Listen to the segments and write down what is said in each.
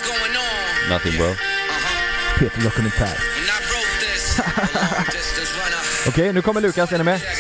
Nothing bro. Peter Dokumentär. Okej, nu kommer Lukas, är ni med?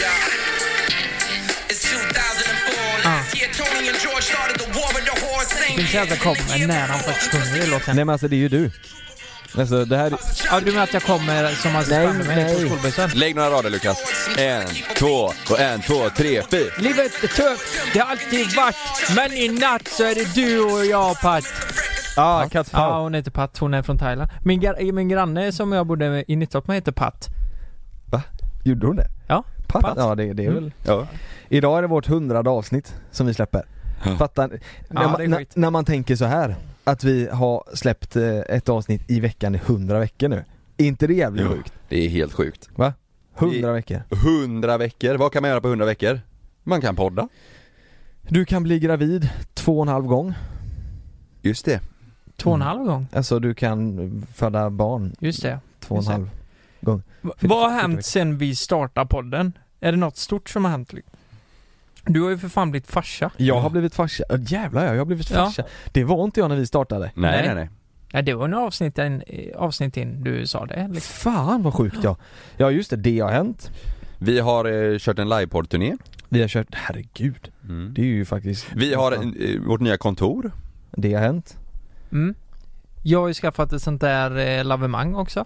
Det finns jävla kommer när han faktiskt sjunger i låten. Nej men alltså det är ju du. Alltså det här... Ja, du menar att jag kommer som assistent med mig på skolbussen? Lägg några rader Lukas. 1, 2 och 1, 2, 3, 4. Livet är tufft, det har alltid varit. Men i natt så är det du och jag, Pat. Kat Pau. Ja, hon heter Pat, hon är från Thailand. Min granne som jag bodde i Nittorp med heter Pat. Va? Gjorde hon det? Ja. Pat? Ja, det är väl... Ja. Idag är det vårt 100:e avsnitt som vi släpper. Fattar? När man tänker så här, att vi har släppt ett avsnitt i veckan i 100 veckor nu. Är inte det jävligt sjukt? Det är helt sjukt. Va? 100 veckor. 100 veckor. Vad kan man göra på 100 veckor? Man kan podda. Du kan bli gravid 2,5 gång. Just det. 2,5 gång? Alltså du kan föda barn. Just det. 2,5 gång. Vad har hänt sen vi startade podden? Är det något stort som har hänt? Du har ju för fan blivit farsa. Jag har blivit farsa. Jävlar, jag har blivit farsa. Det var inte jag när vi startade. Nej. Ja, det var en avsnitt in du sa det. Liksom. Fan vad sjukt jag. Ja just det har hänt. Vi har kört en livepodd-turné. Vi har kört, herregud. Det är ju faktiskt... Vi har vårt nya kontor. Det har hänt. Jag har ju skaffat ett sånt där lavemang också.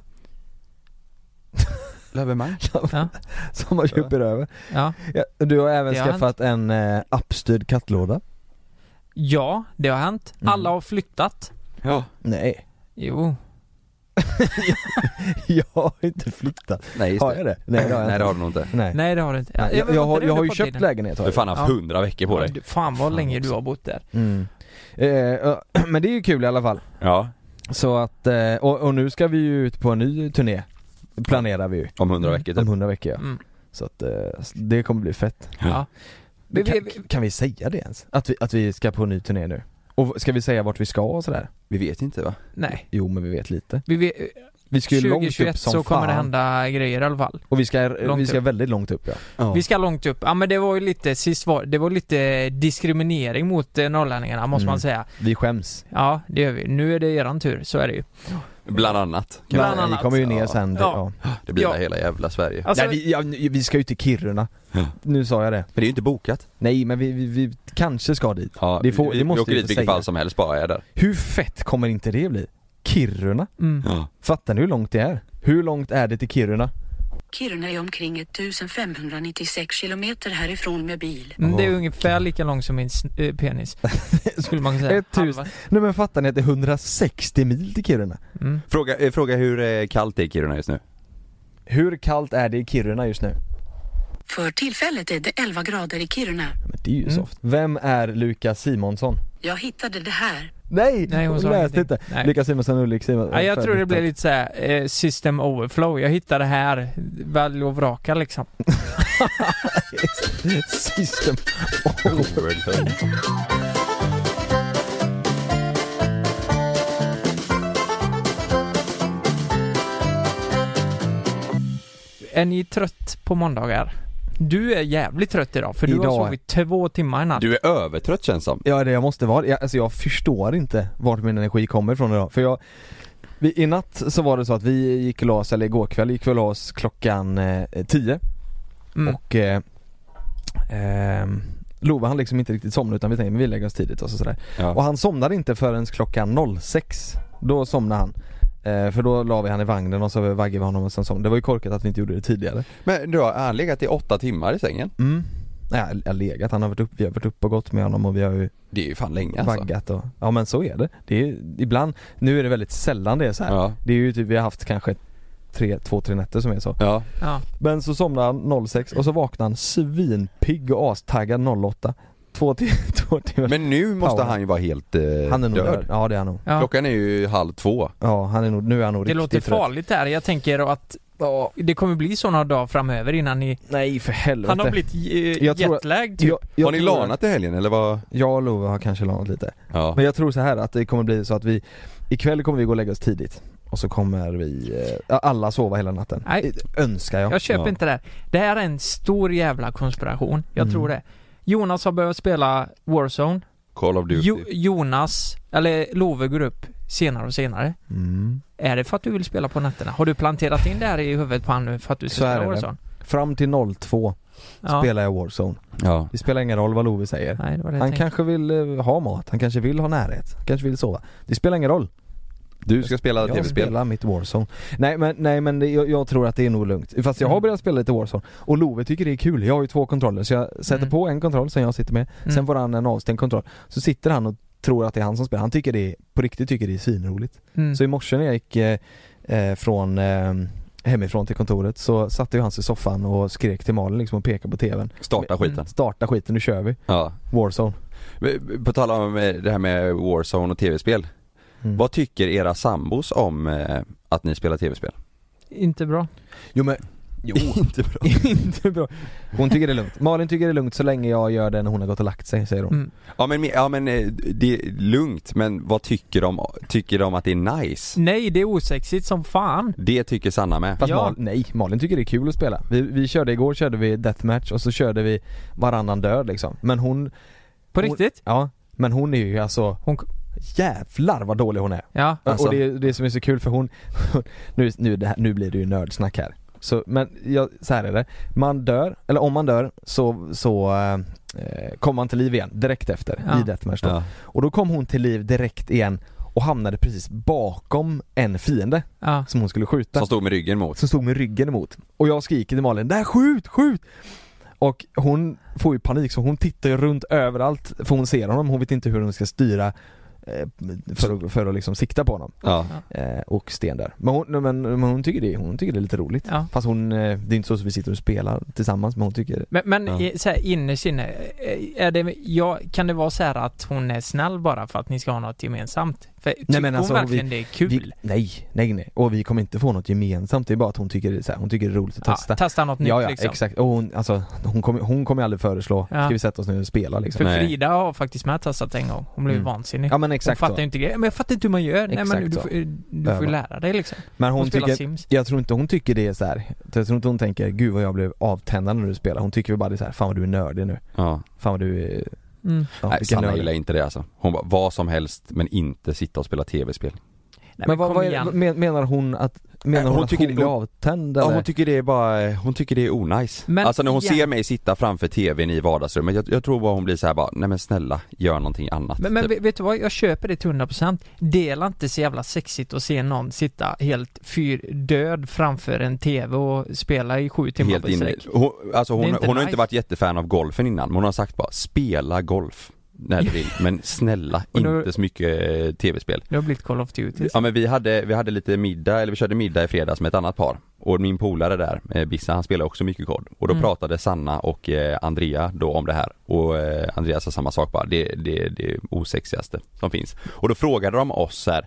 Lavemang? Ja. Som man köper över. Ja. Du har även det har skaffat en appstyrd kattlåda. Ja, det har hänt. Alla har flyttat. Ja. Nej. Jo. Jag har inte flyttat. Nej, just har jag det? Nej, det har du nog inte. Nej, det har du inte. Jag har ju köpt lägenhet. Du har fan haft 100 veckor på dig. Fan vad länge du har bott där. Men det är ju kul i alla fall. Ja. Så att, och nu ska vi ju ut på en ny turné. Planerar vi ju. Om 100 veckor typ. Om 100 veckor, ja. Så att det kommer bli fett. Ja. Kan vi säga det ens? Att vi ska på en ny turné nu? Och ska vi säga vart vi ska och sådär? Vi vet inte va? Nej. Jo men vi vet lite. Vi ska ju 2021 långt upp som så kommer fan. Det hända grejer i alla fall. Och vi ska väldigt långt upp, ja. Vi ska långt upp. Ja men det var ju lite det var lite diskriminering mot norrlänningarna måste man säga. Vi skäms. Ja, det gör vi. Nu är det eran tur, så är det ju. Bland annat. Vi kommer ju ner sen. Det blir hela jävla Sverige. Alltså, vi ska ju till Kiruna. Nu sa jag det. Men det är ju inte bokat. Nej, men vi kanske ska dit. Ja, det måste vi åker dit vilket fall som helst, bara är där. Hur fett kommer inte det bli? Kiruna? Ja. Fattar ni hur långt det är? Hur långt är det till Kiruna? Kiruna är omkring 1596 kilometer härifrån med bil. Det är ungefär lika långt som min penis. Skulle man säga. 1000. Nej men fattar ni att det är 160 mil till Kiruna? Fråga hur kallt det är i Kiruna just nu. Hur kallt är det i Kiruna just nu? För tillfället är det 11 grader i Kiruna. Men det är ju soft. Vem är Lukas Simonsson? Jag hittade det här. Nej, hon läste inte. Lukas Simonsson och Ulrik Simonsson. Ja, jag tror det blev lite så här system overflow. Jag hittade det här, väl och vraka liksom. System overflow. Är ni trött på måndagar? Du är jävligt trött idag, för du har sovit 2 timmar i natt. Du är övertrött känns som. Ja, det jag måste vara. Jag förstår inte vart min energi kommer ifrån idag. För i natt så var det så att vi gick och las, eller igår kväll gick vi och las klockan 10. Och Lova han liksom inte riktigt somnade, utan vi tänkte men vi lägger oss tidigt och sådär. Ja. Och han somnade inte förrän klockan 06. Då somnade han. För då la vi han i vagnen och så vaggade vi honom och sen somnade. Det var ju korkat att vi inte gjorde det tidigare. Men du har legat i 8 timmar i sängen? Nej, jag har legat. Han har varit vi har varit upp och gått med honom och vi har ju... Det är ju fan länge vaggat och... Ja men så är det. Det är ibland... Nu är det väldigt sällan det är så här. Ja. Det är ju typ, vi har haft kanske 2-3 nätter som är så. Ja. Men så somnade han 06 och så vaknade han svinpigg och astaggad 08. 2 timmar. Men nu måste han ju vara helt han är nog död. Ja, det är han nog. Ja. Klockan är ju 1:30. Ja, nu är han nog det riktigt låter farligt där. Jag tänker att det kommer bli såna dagar framöver innan ni... Nej, för helvete. Han har blivit jetlagged typ. Jag har ni lanat i helgen eller vad? Jag och Lova har kanske lanat lite. Ja. Men jag tror så här att det kommer bli så att ikväll kommer vi gå och lägga oss tidigt. Och så kommer vi alla sova hela natten. Nej. Önskar jag. Jag köper inte det. Det här är en stor jävla konspiration. Jag tror det. Jonas har börjat spela Warzone Call of Duty. Jonas, eller Love går upp senare och senare. Är det för att du vill spela på nätterna? Har du planterat in det här i huvudet på han nu för att du ska spela Warzone? Fram till 02 spelar jag Warzone. Ja. Det spelar ingen roll vad Love säger. Nej, det var det han kanske vill ha mat, han kanske vill ha närhet, han kanske vill sova. Det spelar ingen roll. Du ska spela tv-spel. Jag spelar mitt Warzone. Nej men jag tror att det är nog lugnt. Fast jag har börjat spela lite Warzone. Och Love tycker det är kul. Jag har ju 2 kontroller. Så jag sätter på en kontroll som jag sitter med. Sen får han en avstängd kontroll. Så sitter han och tror att det är han som spelar. Han tycker det på riktigt tycker det är svinroligt. Så i morse när jag gick från hemifrån till kontoret så satte ju han sig i soffan och skrek till Malin liksom och pekade på tvn. Starta skiten, nu kör vi. Ja. Warzone. På tal om det här med Warzone och tv-spel. Vad tycker era sambos om att ni spelar tv-spel? Inte bra. Jo. Inte bra. Inte bra. Hon tycker det är lugnt. Malin tycker det är lugnt så länge jag gör det när hon har gått och lagt sig, säger hon. Ja men det är lugnt, men vad tycker de? Tycker de att det är nice? Nej, det är osexigt som fan. Det tycker Sanna med. Fast Malin tycker det är kul att spela. Vi körde igår deathmatch och så körde vi varannan död liksom. Men hon... På riktigt? Ja, men hon är ju alltså... Jävlar vad dålig hon är. Ja. Alltså. Och det som är så kul för hon nu blir det ju nördsnack här. Så men så här är det. Man dör, eller om man dör så kommer man till liv igen direkt efter i deathmatch då. Ja. Och då kom hon till liv direkt igen och hamnade precis bakom en fiende som hon skulle skjuta. Som stod med ryggen emot. Och jag skriker till Malin: "Där, skjut!" Och hon får ju panik så hon tittar ju runt överallt för hon ser honom. Hon vet inte hur hon ska styra för att liksom sikta på honom. Och sten där. Men hon tycker det är lite roligt. Ja. Fast det är inte så att vi sitter och spelar tillsammans, men hon tycker så här innerst inne kan det vara så här att hon är snäll bara för att ni ska ha något gemensamt? För hon verkligen det är kul? Nej. Och vi kommer inte få något gemensamt. Det är bara att hon tycker det är roligt att testa. Testa något nytt liksom. Exakt. Och hon kommer aldrig föreslå ska vi sätta oss ner och spela liksom. För Frida har faktiskt med testat en gång. Hon blev vansinnig. Ja men exakt. Hon fattar inte grejer. Men jag fattar inte hur man gör. Nej men du får lära dig liksom. Men hon tycker, jag tror inte hon tycker det är så här. Jag tror inte hon tänker gud vad jag blev avtändande när du spelar. Hon tycker väl bara det är så här, fan vad du är nördig nu. Ja. Fan vad du är nej, Sanna gillar inte det alltså. Hon bara, vad som helst men inte sitta och spela tv-spel. Nej, men vad menar hon att hon blir avtänd eller? Ja, hon tycker det är onajs. Men alltså när hon ser mig sitta framför tvn i vardagsrummet, jag tror bara hon blir så här bara, nej men snälla, gör någonting annat. Men typ. Vet du vad, jag köper det till 100%. Dela inte så jävla sexigt att se någon sitta helt död framför en tv och spela i 7 timmar på sträck. Hon har inte varit jättefan av golfen innan, men hon har sagt bara, spela golf när du vill, men snälla inte så mycket tv-spel. Det har blivit Call of Duty. Ja men vi hade lite middag, eller vi körde middag i fredags med ett annat par. Och min polare där, Bissa, han spelar också mycket kod. Och då pratade Sanna och Andrea då om det här. Och Andrea sa samma sak bara, det är det osexigaste som finns. Och då frågade de oss här,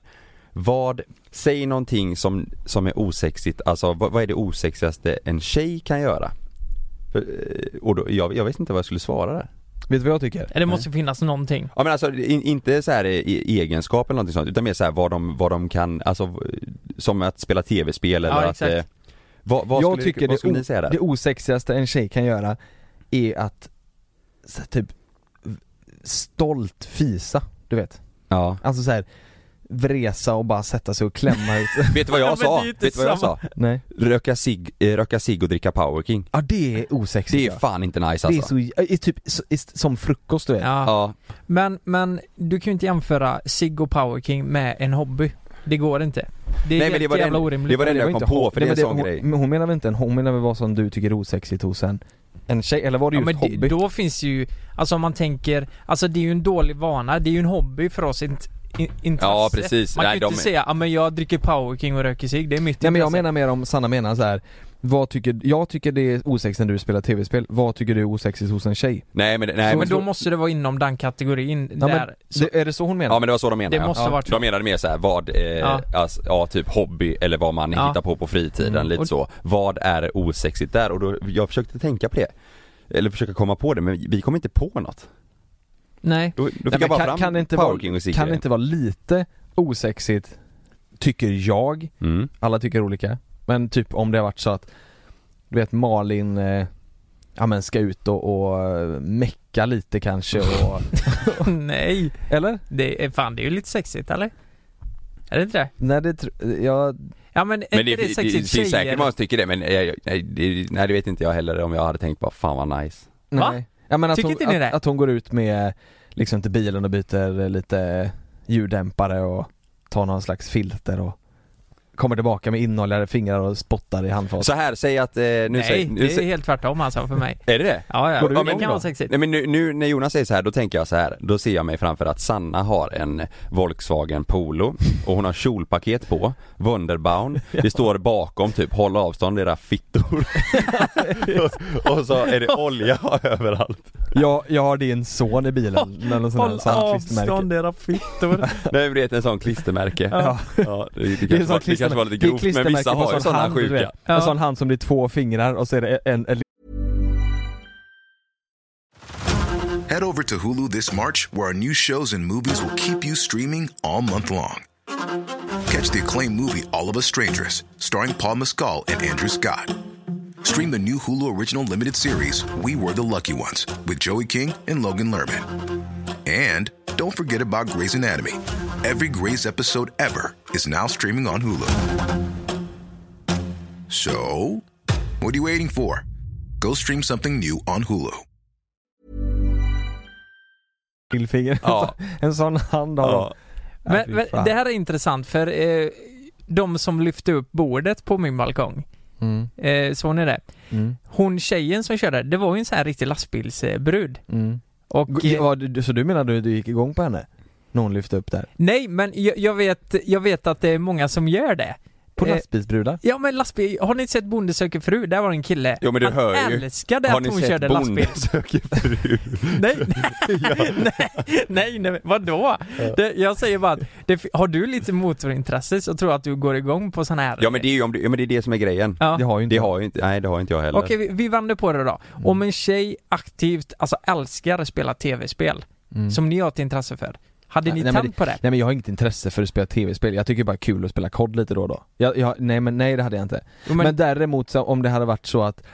säg någonting som är osexigt, alltså vad är det osexigaste en tjej kan göra? Och då, jag vet inte vad jag skulle svara där. Vet du vad jag tycker? Det måste finnas någonting. Ja men alltså inte så här egenskap eller någonting sånt, utan mer så här vad de kan, alltså som att spela tv-spel eller att vad skulle ni säga där? Det osexigaste en tjej kan göra är att så här, typ stolt fisa, du vet. Ja. Alltså så här vresa och bara sätta sig och klämma ut. Vet du vad jag sa? Nej. Röka cigg och dricka Power King. Ja, det är osexigt. Det är fan inte nice alltså. Det är typ som frukost, du vet. Ja. Men du kan ju inte jämföra cigg och Power King med en hobby. Det går inte. Det är jävla orimligt. Det var det jag kom på, för det är en sån grej. Men hon menar väl inte hon menar väl vad som du tycker är osexigt hos en tjej, eller var det just hobby? Då finns ju, alltså om man tänker, alltså det är ju en dålig vana, det är ju en hobby för oss intresse. Ja, precis. Man kan ju inte säga, men jag dricker Power King och röker cigg, det är mitt intresse. Nej, men jag menar mer om Sanna menar så här. Jag tycker det är osexigt när du spelar tv-spel. Vad tycker du är osexigt hos en tjej? Men då måste det vara inom den kategorin där. Är det så hon menar? Ja, men det var så de menade. Det måste vara. De menade mer så här, typ hobby eller vad man hittar på fritiden, lite så. Vad är osexigt där? Och då jag försökte tänka på det. Eller försöka komma på det, men vi kom inte på något. Nej. Då fick jag bara fram kan det inte vara lite osexigt, tycker jag. Alla tycker olika. Men typ om det har varit så att du vet Malin ja men ska ut och mecka lite kanske och Nej. eller? Det är ju lite sexigt, eller? Är det inte det? Nej, Ja, men det är sexigt finns säkert många tycker det, men nej, det vet inte jag heller om jag hade tänkt på fan vad nice. Va? Nej. Ja, men Tycker inte ni det? Att hon går ut med liksom till bilen och byter lite ljuddämpare och tar någon slags filter och kommer tillbaka med innehållare fingrar och spottar i handfatet. Så här, säg att nu Nej, det är helt tvärtom alltså för mig. Är det det? Ja, Går du det igång kan då? vara sexigt. Nej, men nu när Jonas säger så här, då tänker jag så här, då ser jag mig framför att Sanna har en Volkswagen Polo och hon har kjolpaket på, Wunderbaum, det står bakom typ håll avstånd era fittor och så är det olja överallt. Jag har din son i bilen med någon sån här klistermärke. era fittor. Nej, det är en sån klistermärke. Ja. Ja, det kanske var lite grovt, men vissa har ju sådana sjuka. En sån hand som blir 2 fingrar och så är det en Head over to Hulu this March, where our new shows and movies will keep you streaming all month long. Catch the acclaimed movie All of Us Strangers, starring Paul Mescal and Andrew Scott. Stream the new Hulu original limited series We Were the Lucky Ones with Joey King and Logan Lerman. And don't forget about Grey's Anatomy. Every Grey's episode ever is now streaming on Hulu. So, what are you waiting for? Go stream something new on Hulu. lillfinger. Ja. En sån hand har Ja. Men det här är intressant för de som lyfte upp bordet på min balkong. Så ni det? Hon tjejen som körde, det var ju en sån här riktig lastbilsbrud. Och så du menar du gick igång på henne? Någon lyfte upp där? Nej, men jag vet att det är många som gör det. På lastbilsbrudar? Ja, men lastbil. Har ni sett Bonde söker fru? Där var en kille. Jo, men du hör ju. Han älskade att hon körde lastbil. Har ni sett Bonde söker fru? nej, vadå? Ja. Jag säger bara att har du lite motorintresse så tror jag att du går igång på sån här. Ja, men det är det som är grejen. Ja. Det har ju inte Nej, det har inte jag heller. Okej, vi vänder på det då. Om en tjej aktivt, alltså älskar att spela tv-spel som ni har ett intresse för. Hade ni tänt på det? Nej, men jag har inget intresse för att spela tv-spel. Jag tycker bara det är kul att spela kod lite då och då. Nej, det hade jag inte. Men däremot så, om det hade varit så att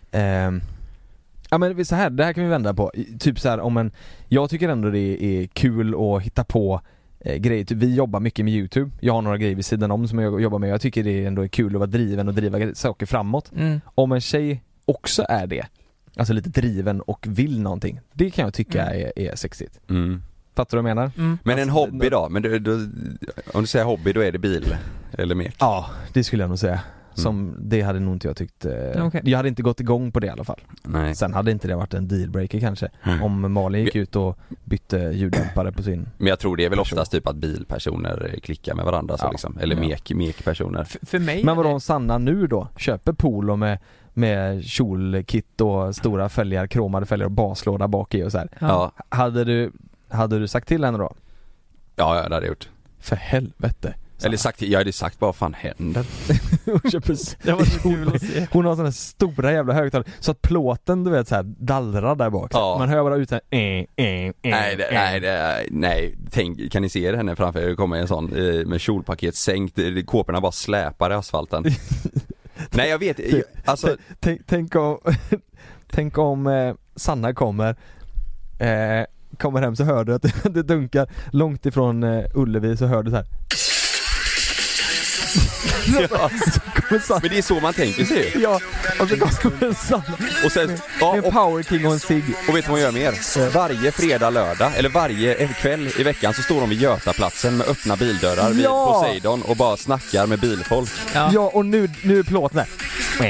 ja, men så här, det här kan vi vända på. Typ så här, jag tycker ändå det är kul att hitta på grejer. Typ, vi jobbar mycket med YouTube. Jag har några grejer vid sidan om som jag jobbar med. Jag tycker det ändå är kul att vara driven och driva saker framåt. Om en tjej också är det, alltså lite driven och vill någonting, det kan jag tycka är sexigt. Fattar du vad jag menar? Men en hobby då? Men om du säger hobby, då är det bil eller mek? Ja, det skulle jag nog säga. Det hade nog inte jag tyckt. Okay. Jag hade inte gått igång på det i alla fall. Nej. Sen hade inte det varit en dealbreaker kanske. Om Malin gick ut och bytte ljuddämpare på sin. Men jag tror det är väl oftast typ att bilpersoner klickar med varandra så liksom. Eller mekpersoner. För mig. Men vadå om Sanna nu då köper Polo med kjolkit och stora fälgar, kromade fälgar och baslåda bak i och så här. Ja. Hade du sagt till henne då? Ja, det hade jag gjort. För helvete. Eller jag hade sagt vad fan händer. Det var så kul att se. Hon har sådana stora jävla högtalare så att plåten, du vet, så här dallrar där bak. Ja. Man hör bara ut så här, Nej, tänk, kan ni se henne framför er? Det kommer en sån med kjolpaket sänkt, kåporna bara släpar i asfalten. Nej, jag vet. Alltså tänk om Sanna kommer hem så hör du att det dunkar långt ifrån Ullevi, så hör du så här. Ja. Men det är så man tänker sig. Ja, och så kommer Sanna och sen, en Power King och en cigg. Och vet du vad man gör mer? Varje fredag, lördag eller varje kväll i veckan så står de vid Götaplatsen med öppna bildörrar vid Poseidon och bara snackar med bilfolk. Ja, och nu är plåten här.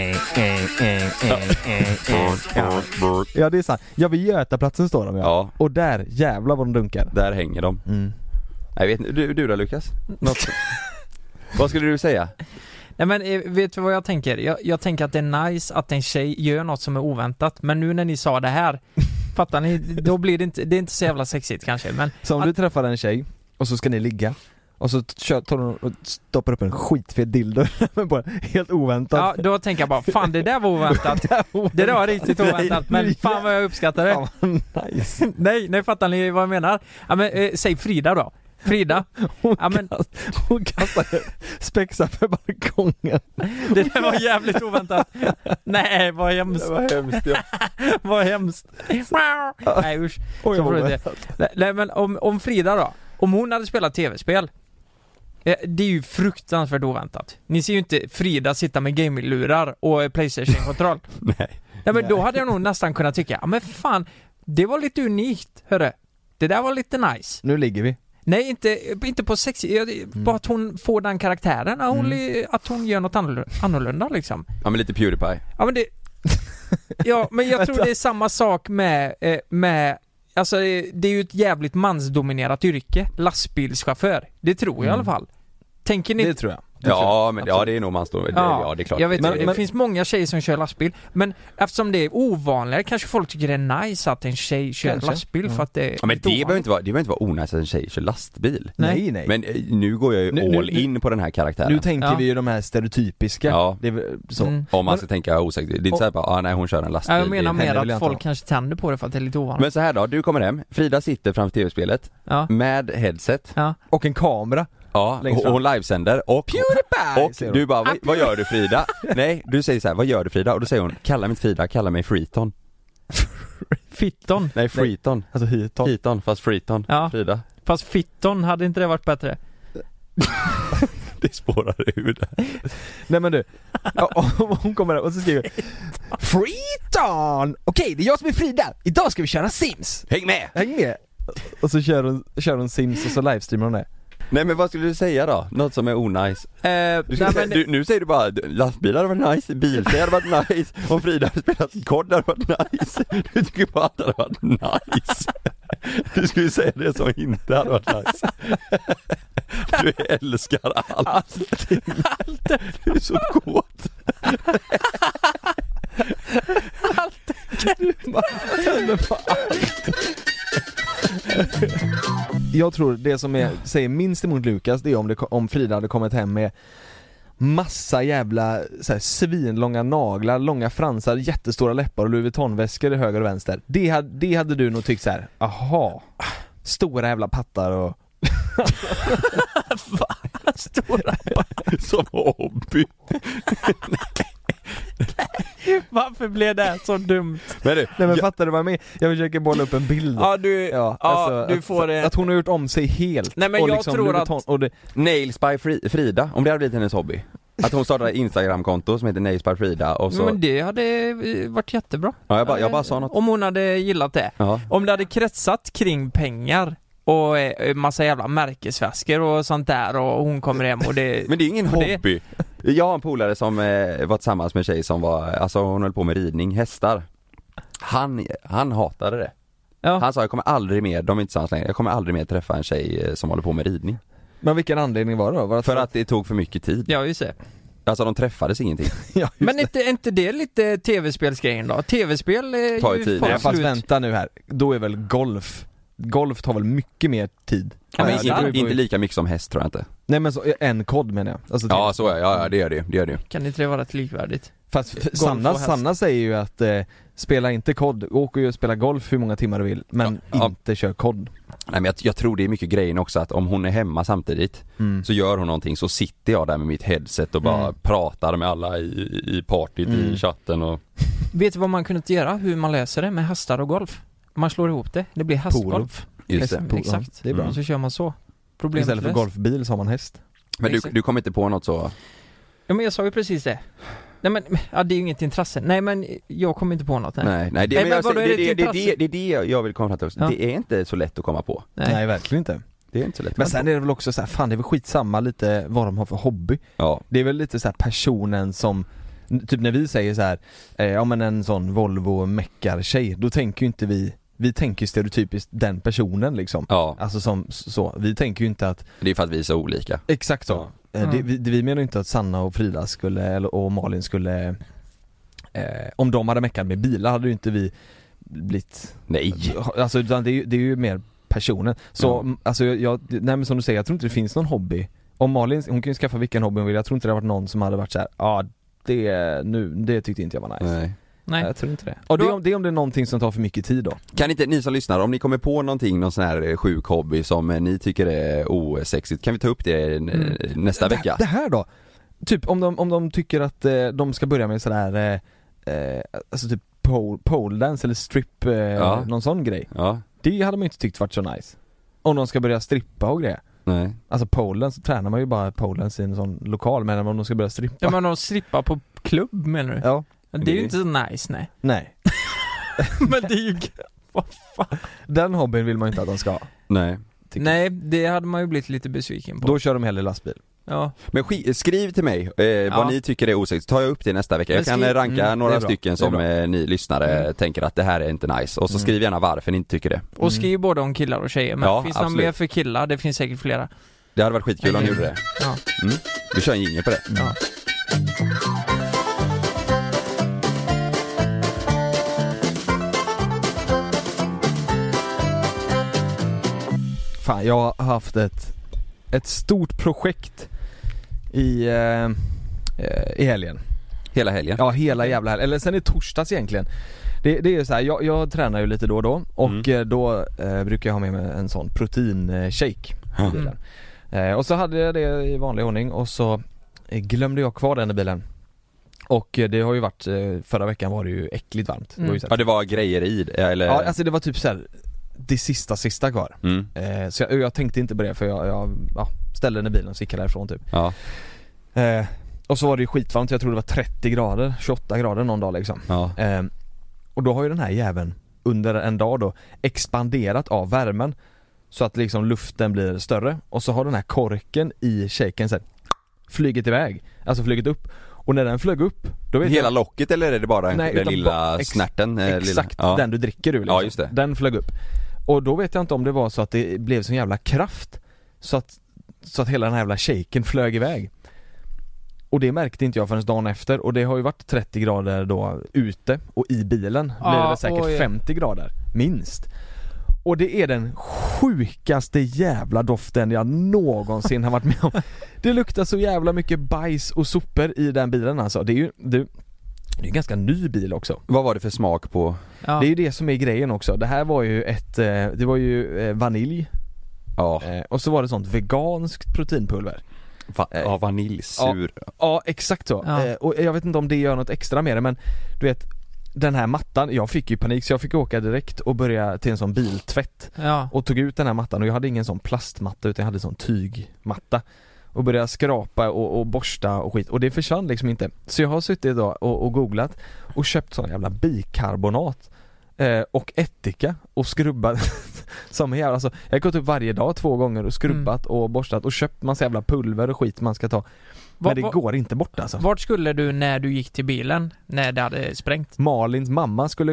Ja, det är sant. Ja, vid Götaplatsen står de, ja. Och där, jävlar vad de dunkar. Där hänger de. Jag vet inte, du då Lukas? Något? Vad skulle du säga? Nej, men vet du vad jag tänker? Jag tänker att det är nice att en tjej gör något som är oväntat. Men nu när ni sa det här, fattar ni? Då blir det är inte så jävla sexigt kanske. Men så om du träffar en tjej och så ska ni ligga och så tar hon och stoppar upp en skitfet dildo helt oväntat. Ja, då tänker jag bara, fan det där var oväntat. Det där var riktigt oväntat, men vad jag uppskattar det. Fan, nice. Nej, fattar ni vad jag menar? Ja, men säg Frida då. Frida. Hon kastade spexar för balkongen. Det där var jävligt oväntat. Nej, vad hemskt. Det var hemskt, ja. Vad hemskt. Nej, usch. Nej, men om Frida då. Om hon hade spelat tv-spel. Det är ju fruktansvärt oväntat. Ni ser ju inte Frida sitta med gaming-lurar och PlayStation-kontroll. Nej, men då hade jag nog nästan kunnat tycka, men fan, det var lite unikt, hörru. Det där var lite nice. Nu ligger vi. Nej, inte på sexy. Bara att hon får den karaktären. Att hon gör något annorlunda liksom. Ja, men lite PewDiePie. Ja, men det... Ja, men jag tror det är samma sak med alltså det är ju ett jävligt mansdominerat yrke. Lastbilschaufför. Det tror jag i alla fall. Tänker ni? Det tror jag. Ja, men ja, det är nog mansdominerat. Ja, det är klart. Jag vet, det finns många tjejer som kör lastbil. Men eftersom det är ovanligare kanske folk tycker det är nice att en tjej kör lastbil för att det är... Ja, men det behöver inte vara onajs att en tjej kör lastbil. Nej. Men nu går jag ju all in på den här karaktären. Nu tänker vi ju de här stereotypiska. Ja. Det är så. Om man ska tänka osäkert. Det är inte så här bara, nej, hon kör en lastbil. Jag menar mer att folk kanske tänder på det för att det är lite ovanligt. Men så här då, du kommer hem, Frida sitter framför tv-spelet med headset och en kamera. Ja, och hon livesänder och PewDiePie! Och du bara, vad gör du Frida? Nej, du säger så här, vad gör du Frida? Och då säger hon, kalla mig Frida, kalla mig Freeton. Fitton? Nej, Freeton. Alltså Hiton, fast Freeton. Ja. Frida. Fast Fitton, hade inte det varit bättre? Det spårar ur det. Nej men du, hon kommer där och så skriver Freeton! Okej, det är jag som är Frida. Idag ska vi köra Sims. Häng med! Och så kör hon Sims och så livestreamar hon det. Nej, men vad skulle du säga då? Något som är onajs. Nu säger du bara, lastbilar hade varit nice, bilfärg hade varit nice, om Frida hade spelat kod hade varit nice. Du tycker bara att det hade varit nice. Du skulle säga det som inte hade varit nice. Du älskar allt. Du är så kåt. Allt. Jag tror det som säger minst emot Lukas, det är om Frida hade kommit hem med massa jävla så här, svinlånga naglar, långa fransar, jättestora läppar och Louis Vuitton-väskor i höger och vänster. Det hade du nog tyckt så här: aha, stora jävla pattar och stora pattar som hobby. Varför blev det så dumt? Nej men fattar du vad jag menar? Jag försöker bolla upp en bild. Du får att hon har gjort om sig helt. Nej, men och jag liksom tror att Nails by Frida, om det hade blivit hennes hobby. Att hon startade ett Instagram-konto som heter Nails by Frida och så... Men det hade varit jättebra. Ja, jag bara sa något. Om hon hade gillat det. Ja. Om det hade kretsat kring pengar och massa jävla märkesväskor och sånt där och hon kommer hem och det... Men det är ingen hobby. Jag har en polare som var tillsammans med en tjej som var, alltså hon höll på med ridning, hästar. Han hatade det. Ja. Han sa, jag kommer aldrig mer, de är inte tillsammans längre, jag kommer aldrig mer träffa en tjej som håller på med ridning. Men vilken anledning var det då? Var det för att det tog för mycket tid. Ja, just det. Alltså de träffades ingenting. Ja, men inte det lite tv-spelsgrejen då? Tv-spel tar ju tid. Ja, fast vänta nu här, då är väl golf tar väl mycket mer tid. Ja, men inte lika mycket som häst tror jag inte. Nej men så, en kod menar jag. Alltså, ja så är ja det gör det. Kan inte det vara rätt likvärdigt? Fast Sanna säger ju att spela inte kod, åker ju och spela golf hur många timmar du vill, men inte kör kod. Nej men jag tror det är mycket grejen också att om hon är hemma samtidigt så gör hon någonting, så sitter jag där med mitt headset och bara pratar med alla i partyt i chatten och... Vet du vad man kunde göra, hur man löser det med hästar och golf? Man slår ihop det blir hästgolf. Just det. Exakt, det är bra. Så kör man så. Istället för golfbil så har man häst. Men du kommer inte på något så... Ja men jag sa ju precis det. Nej men, det är ju inget intresse. Nej men jag kommer inte på något. Nej, det är det jag vill komma fram till också. Ja. Det är inte så lätt att komma på. Nej verkligen inte. Det är inte så lätt. Men sen är det väl också så här, fan det är väl skitsamma lite vad de har för hobby. Ja. Det är väl lite så här personen som, typ när vi säger så här, ja men en sån Volvo meckar-tjej, då tänker ju inte vi tänker ju stereotypiskt den personen liksom. Ja. Alltså som så, vi tänker ju inte att... Det är för att vi är så olika. Exakt så. Ja. Vi menar ju inte att Sanna och Frida och Malin skulle... om de hade meckat med bilar hade ju inte vi blivit... Nej. Alltså det är ju mer personen. Så alltså nej men som du säger, jag tror inte det finns någon hobby. Om Malin, hon kan ju skaffa vilken hobby hon vill. Jag tror inte det har varit någon som hade varit så här, det tyckte inte jag var nice. Nej. Nej. Jag tror inte det. Och det är om det är någonting som tar för mycket tid då. Kan inte ni som lyssnar, om ni kommer på någon sån här sjuk hobby som ni tycker är osexigt, kan vi ta upp det nästa vecka? Det här då? Typ om de tycker att de ska börja med sådär alltså typ pole dance eller strip, någon sån grej. Ja. Det hade man inte tyckt varit så nice. Om de ska börja strippa och grejer. Nej. Alltså pole dance, så tränar man ju bara pole dance i en sån lokal, men om de ska börja strippa. Ja, men de strippar på klubb menar du? Ja. Det är ju inte så nice, nej. Nej. Men det är ju... Vad fan? Den hobbyn vill man inte att de ska ha. Nej. Nej, det hade man ju blivit lite besviken på. Då kör de hellre lastbil. Ja. Men skriv till mig vad ni tycker är osexigt, tar jag upp det nästa vecka. Jag kan ranka några stycken som ni lyssnare tänker att det här är inte nice. Och så skriv gärna varför ni inte tycker det. Och skriv både om killar och tjejer. Men finns det någon mer för killar? Det finns säkert flera. Det hade varit skitkul om ni gjorde det. Ja. Vi kör en jingle på det. Ja. Fan, jag har haft ett stort projekt i helgen. Hela helgen? Ja, hela jävla helgen. Eller sen i torsdags egentligen. Det är ju så här, jag tränar ju lite då och då. Och då brukar jag ha med mig en sån proteinshake i bilen. Och så hade jag det i vanlig ordning. Och så glömde jag kvar den i bilen. Och det har ju varit, förra veckan var det ju äckligt varmt. Det var ju så här, ja, det var grejer i eller? Ja, alltså det var typ så här, det sista kvar. Så jag tänkte inte på det, för jag ställde den i bilen och gick därifrån typ. Ja. Och så var det ju skitvarmt, jag tror det var 30 grader, 28 grader någon dag liksom. Ja. Och då har ju den här jäveln under en dag då expanderat av värmen, så att liksom luften blir större. Och så har den här korken i shaken sen flugit iväg, alltså flugit upp. Och när den flög upp, då vet hela locket, eller är det bara den lilla snärten? Exakt, den du dricker ur liksom. Ja, just det. Den flög upp. Och då vet jag inte om det var så att det blev sån jävla kraft så att hela den här jävla shaken flög iväg. Och det märkte inte jag förrän dagen efter. Och det har ju varit 30 grader då ute, och i bilen blir det väl säkert 50 grader minst. Och det är den sjukaste jävla doften jag någonsin har varit med om. Det luktar så jävla mycket bajs och sopor i den bilen alltså. Det är ju en ganska ny bil också. Vad var det för smak på? Ja. Det är ju det som är grejen också. Det här var ju vanilj. Ja. Och så var det sånt veganskt proteinpulver. Vanilj, sur. Ja, exakt så. Ja. Och jag vet inte om det gör något extra med det, men du vet, den här mattan, jag fick ju panik så jag fick åka direkt och börja till en sån biltvätt. Ja. Och tog ut den här mattan, och jag hade ingen sån plastmatta utan jag hade en sån tygmatta. Och började skrapa och borsta och skit. Och det försvann liksom inte. Så jag har suttit då och googlat och köpt sån jävla bikarbonat och ättika och skrubbat som jävla, alltså, jag har gått upp varje dag 2 gånger och skrubbat och borstat och köpt massa jävla pulver och skit man ska ta. Men det går inte bort alltså. Vart skulle du när du gick till bilen när det hade sprängt? Malins mamma skulle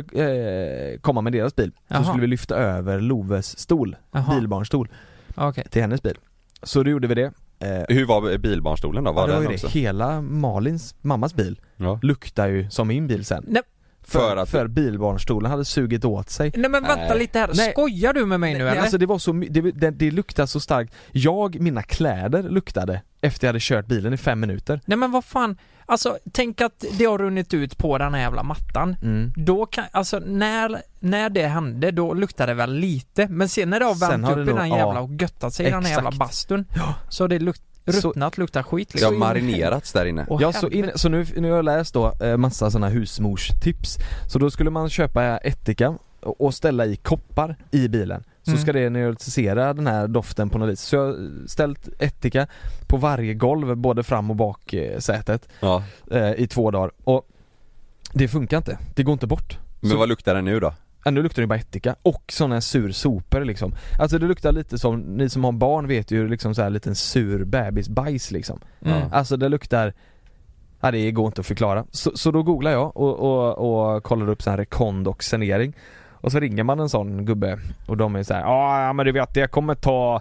komma med deras bil. Så skulle vi lyfta över Loves stol, bilbarnstol, till hennes bil. Så då gjorde vi det. Hur var bilbarnstolen då? Var det den var ju också? Det. Hela Malins mammas bil luktar ju som min bil sen. Nej. För bilbarnstolen hade sugit åt sig. Nej men vänta lite här, skojar du med mig nu eller? Alltså det var så, det luktade så starkt. Mina kläder luktade efter jag hade kört bilen i 5 minuter. Nej men vad fan, alltså tänk att det har runnit ut på den här jävla mattan. Då kan, alltså när det hände, då luktade det väl lite. Men sen när det har värmt upp i den jävla och göttat sig i den här jävla bastun, så det ruttnat, luktar skit liksom. Det har marinerats där inne. Så nu har jag läst då massa såna husmorstips. Så då skulle man köpa ättika och ställa i koppar i bilen. Så ska det neutralisera den här doften på något vis. Så jag har ställt ättika på varje golv, både fram och bak sätet i 2 dagar. Och det funkar inte. Det går inte bort. Men vad luktar den nu då? Nu luktar det bara ättika och såna sur sopor liksom. Alltså det luktar lite som, ni som har barn vet ju, liksom så här liten sur bebisbajs liksom. Alltså det luktar, det går inte att förklara. Så då googlar jag och kollar upp så här rekondoxenering. Och så ringer man en sån gubbe och de är så här: ja men du vet, det kommer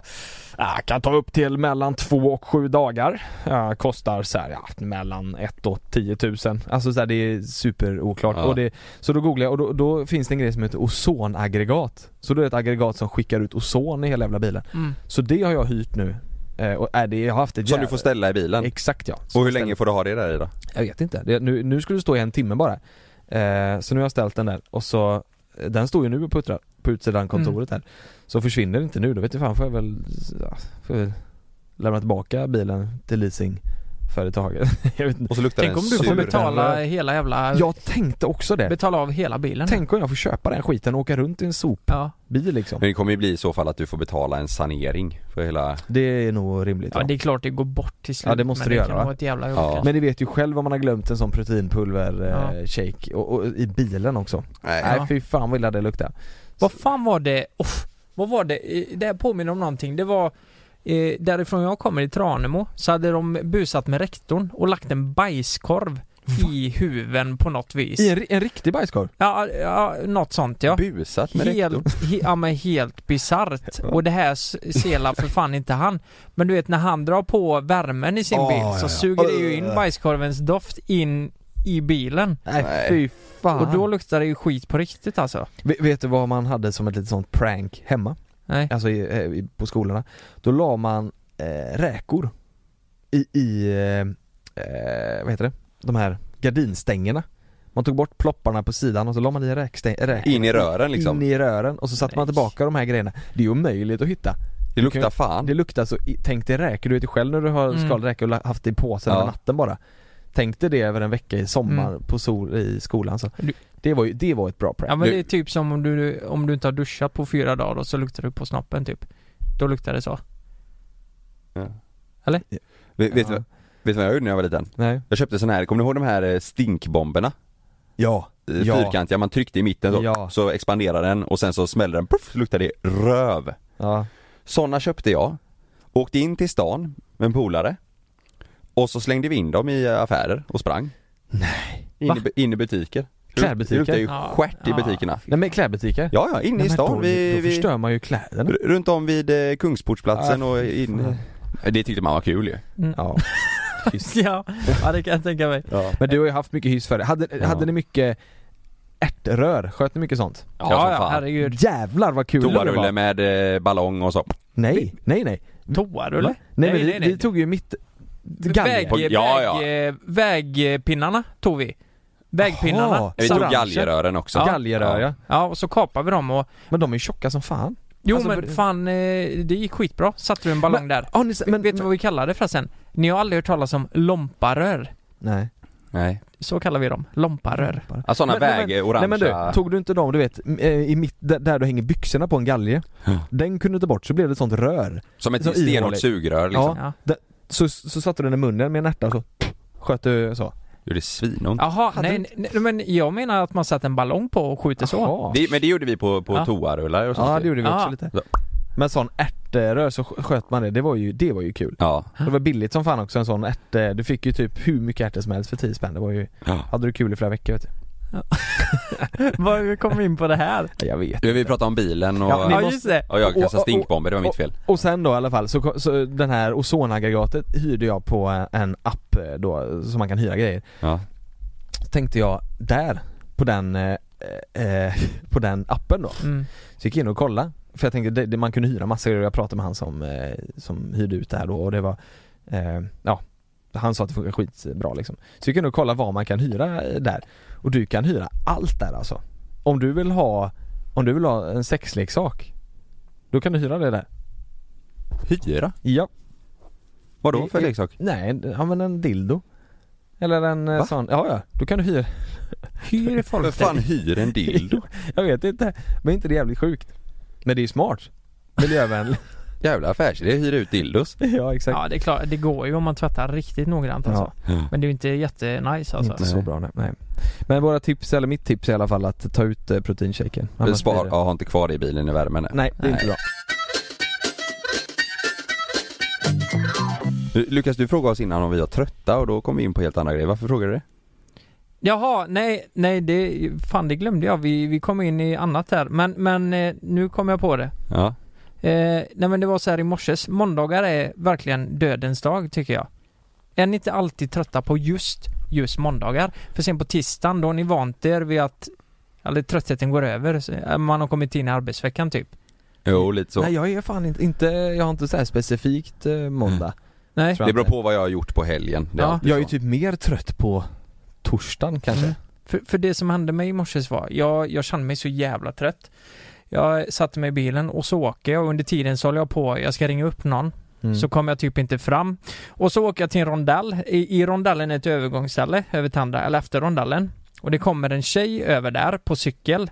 kan ta upp till mellan 2 och 7 dagar. Kostar så här, mellan 1 och 10 000. Alltså så här, det är super oklart. Och så då googlar jag och då finns det en grej som heter ozonaggregat. Så då är det ett aggregat som skickar ut ozon i hela jävla bilen. Så det har jag hyrt nu. Och jag har haft ett som du får ställa i bilen? Exakt, ja. Och hur länge får du ha det där i då? Jag vet inte. Nu skulle det stå i 1 timme bara. Så nu har jag ställt den där och så den står ju nu på utsidan kontoret här. Så försvinner det inte nu, då vet jag fan får jag väl lämna tillbaka bilen till leasingföretaget. Jag vet inte. Och så luktar tänk om du får betala hela jävla... Jag tänkte också det. Betala av hela bilen. Tänk om jag får köpa den skiten och åka runt i en sopbil liksom. Men det kommer ju bli i så fall att du får betala en sanering för hela... Det är nog rimligt. Ja, det är klart det går bort till slut. Ja, det måste men det det göra. kan vara ett jävla jobb. Men ni vet ju själv om man har glömt en sån proteinpulver shake och i bilen också. Nej, fy fan vad illa det luktar. Vad fan var det? Vad var det? Det här påminner om någonting. Det var därifrån jag kommer i Tranemo, så hade de busat med rektorn och lagt en bajskorv i huven på något vis. En riktig bajskorv? Ja, något sånt ja. Busat med rektorn? Men helt bizarrt. Och det här selar för fan inte han. Men du vet när han drar på värmen i sin bil så suger det ju in bajskorvens doft in i bilen. Nej, fy fan. Och då luktar det ju skit på riktigt alltså. Vet du vad man hade som ett litet sånt prank hemma? Nej. Alltså på skolorna. Då la man räkor i vad heter det? De här gardinstängerna. Man tog bort plopparna på sidan och så la man i räkor in i rören liksom. In i rören och så satte man tillbaka de här grejerna. Det är ju omöjligt att hitta. Det luktar fan. Det luktar så, tänk dig räkor. Du vet ju själv när du har skalat räkor och haft det i påsen över natten bara. Tänk dig det över en vecka i sommar på sol i skolan så. Det var ett bra prank. Ja men det är typ som om du inte har duschat på 4 dagar och så luktar du på snoppen typ. Då luktar det så. Ja. Eller? Ja. Vet du vad jag gjorde när jag var liten? Nej. Jag köpte sån här, kommer ni ihåg de här stinkbomberna? Ja. Fyrkantiga, man tryckte i mitten så expanderar den och sen så smäller den, puff, så luktar det röv. Ja. Såna köpte jag. Åkte in till stan med en polare. Och så slängde vi in dem i affärer och sprang. Nej. In i butiker. Klädbutiker? Det luktar ju skärt i butikerna. Nej men klädbutiker? Ja, inne i stan. Då förstör man ju kläderna. Runt om vid Kungsportsplatsen och in. Det tyckte man var kul ju. Ja. ja, det kan jag tänka mig. Ja. Men du har ju haft mycket hyss för det. Hade ni mycket ärtrör? Sköt ni mycket sånt? Ja, herregud. Jävlar vad kul det var. Toarulle med ballong och så. Nej. Toarulle? Nej, vi tog ju mitt vägpinnarna tog vi. Vägpinnarna. Vi tog galgerören också. Galgerör, ja, och så kapade vi dem men de är ju tjocka som fan. Jo alltså, men fan, det gick skitbra. Satte du en ballong där. Vet du vad vi kallar det förresten? Ni har aldrig hört talas om lomparör? Nej. Så kallar vi dem, lomparör. Ja, sådana orangea. Nej men du, tog du inte dem, du vet, i mitt, där du hänger byxorna på en galge. Den kunde du ta bort så blev det ett sånt rör. Som ett stenhårt sugrör liksom. Ja. Så satte du den i munnen med en ärta och så sköt du så. Gjorde det svinont. Jaha, nej, men jag menar att man satte en ballong på och skjuter så. Men det gjorde vi på toarullar och sånt. Ja, det gjorde vi också lite. Men sån ärtrör så sköt man det. Det var ju kul. Ja. Det var billigt som fan också en sån du fick ju typ hur mycket ärtor som helst för 10 spänn. Det var ju hade du kul i flera veckor vet du. Vad kom vi in på det här? Jag vet. Vi pratade om bilen och just det. Och jag kastade stinkbomber, det var mitt fel. Och sen då i alla fall så den här ozonaggregatet hyrde jag på en app då som man kan hyra grejer. Ja. Så tänkte jag där på den appen då. Så gick jag in och kolla för jag tänkte man kunde hyra massa grejer. Jag pratade med han som hyrde ut det här då och det var han sa att det funkar skitbra liksom. Så jag kunde kolla vad man kan hyra där. Och du kan hyra allt där alltså. Om du vill ha en sexleksak, då kan du hyra det där. Hyra? Ja. Vadå för leksak? Nej, men en dildo. Eller en sån. Ja, då kan du hyra. Hyr folk. Vad fan hyr en dildo? Jag vet inte. Men inte det jävligt sjukt. Men det är ju smart. Miljövänligt. Jävla affärsidé, hyra ut dildos. Ja, exakt. Ja, det är klart. Det går ju om man tvättar riktigt noggrant alltså. Men det är ju inte jättenice alltså. Inte så bra, nej. Men våra tips, eller mitt tips är i alla fall att ta ut proteinshaken. Ha inte kvar det i bilen i värmen. Nej, det är inte bra. Lukas, du frågade oss innan om vi var trötta och då kom vi in på helt andra grejer. Varför frågade du det? Jaha, nej det glömde jag. Vi kom in i annat här. Men nu kom jag på det. Ja. Nej men det var så här i morses. Måndagar är verkligen dödens dag tycker jag. Är ni inte alltid trötta på just måndagar? För sen på tisdagen då har ni vant er vid att tröttheten går över. Man har kommit in i arbetsveckan typ. Jo, lite så. Nej, jag är fan inte jag har inte så här specifikt måndag. Nej. Det beror på vad jag har gjort på helgen. Jag är ju typ mer trött på torsdagen kanske. För det som hände mig i morse var, jag kände mig så jävla trött. Jag satte mig i bilen och så åker jag och under tiden så håller jag på, jag ska ringa upp någon. Så kommer jag typ inte fram. Och så åker jag till en rondell. I rondellen är ett övergångsställe över till andra, eller efter rondellen. Och det kommer en tjej över där på cykel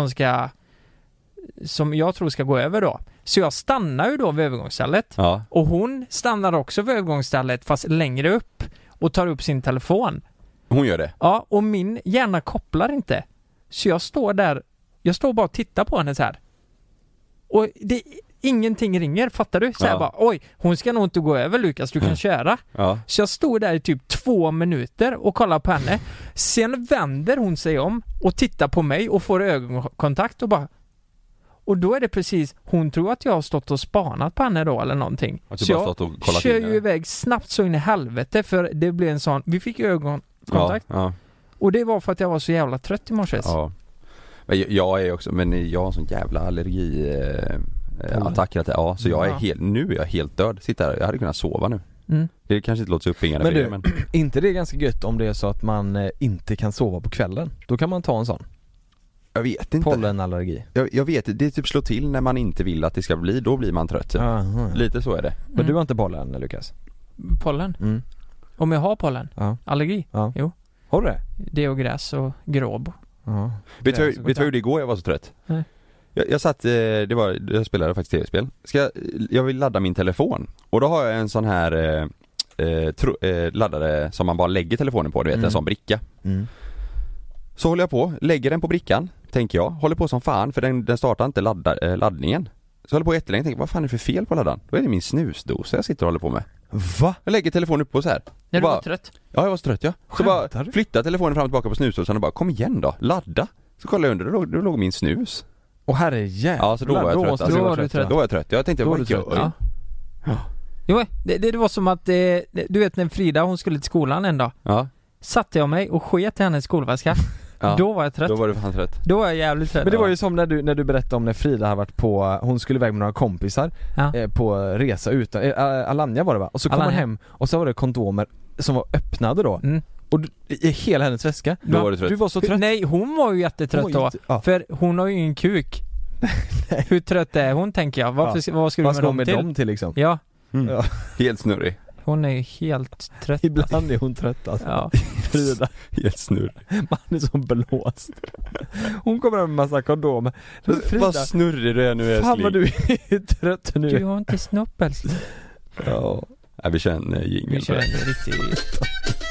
som jag tror ska gå över då. Så jag stannar ju då vid övergångsstället. Ja. Och hon stannar också vid övergångsstället fast längre upp och tar upp sin telefon. Hon gör det? Ja, och min hjärna kopplar inte. Så jag står där, bara och tittar på henne så här. Och ingenting ringer, fattar du? Så här bara, oj, hon ska nog inte gå över, Lukas, du kan köra. Ja. Så jag stod där i typ 2 minuter och kollade på henne. Sen vänder hon sig om och tittar på mig och får ögonkontakt och bara... Och då är det precis, hon tror att jag har stått och spanat på henne då eller någonting. Så jag kör ju iväg snabbt så in i helvete för det blev en sån, vi fick ögonkontakt. Ja. Och det var för att jag var så jävla trött i morse. Ja. Jag är också, men jag har sån jävla allergi attacker så jag är nu är jag helt död. Sitter här, jag hade kunnat sova nu. Det kanske inte låter så uppringande men inte det är ganska gött om det är så att man inte kan sova på kvällen. Då kan man ta en sån. Jag vet inte. Pollenallergi. Jag vet, det typ slår till när man inte vill att det ska bli, då blir man trött. Lite så är det. Men du har inte pollen, Lukas? Pollen? Om jag har pollen? Allergi? Jo. Har du det? Det och gräs och gråb. Vet du vad jag gjorde igår? Jag var så trött. Nej. Jag satt, jag spelade faktiskt tv-spel. Jag vill ladda min telefon. Och då har jag en sån här laddare som man bara lägger telefonen på, du vet, en sån bricka. Så håller jag på, lägger den på brickan, tänker jag. Håller på som fan, för den startar inte laddningen. Så håller på jättelänge och tänker, vad fan är det för fel på laddaren? Då är det min snusdosa jag sitter och håller på med. Va? Jag lägger telefonen upp på så här. När du var trött? Ja, jag var så trött, ja. Så bara flyttar telefonen fram och tillbaka på snusdosan och bara, kom igen då, ladda. Så kollar jag under, då låg min snus. Och herrejävlar. Ja, så då var jag trött. Då var jag trött. Jag tänkte, vad gör jag? Jo, det var som att, du vet när Frida, hon skulle till skolan en dag. Ja. Satte jag mig och sket i hennes skolväska. Ja, då var jag trött. Då var du fan trött. Då var jag jävligt trött. Men det var ju som när du berättade om när Frida hade varit hon skulle iväg med några kompisar på resa ut. Alanya var det, va? Och så kom hon hem och så var det kondomer som var öppnade då. Och i hela hennes väska. Då var du trött. Du var så trött. Nej, hon var ju jättetrött då. För hon har ju ingen kuk. Hur trött är hon, tänker jag? Vad ska du med dem till liksom? Ja. Helt snurrig. Hon är helt trött. Ibland är hon trött alltså. Ja. Frida. Helt snurrig. Man är så blåst. Hon kommer med en massa kondomer. Vad snurrig du är nu, älskling. Fan vad du är trött nu. Du har inte snopp, älskling. Ja. Vi känner jingeln. Vi känner riktigt.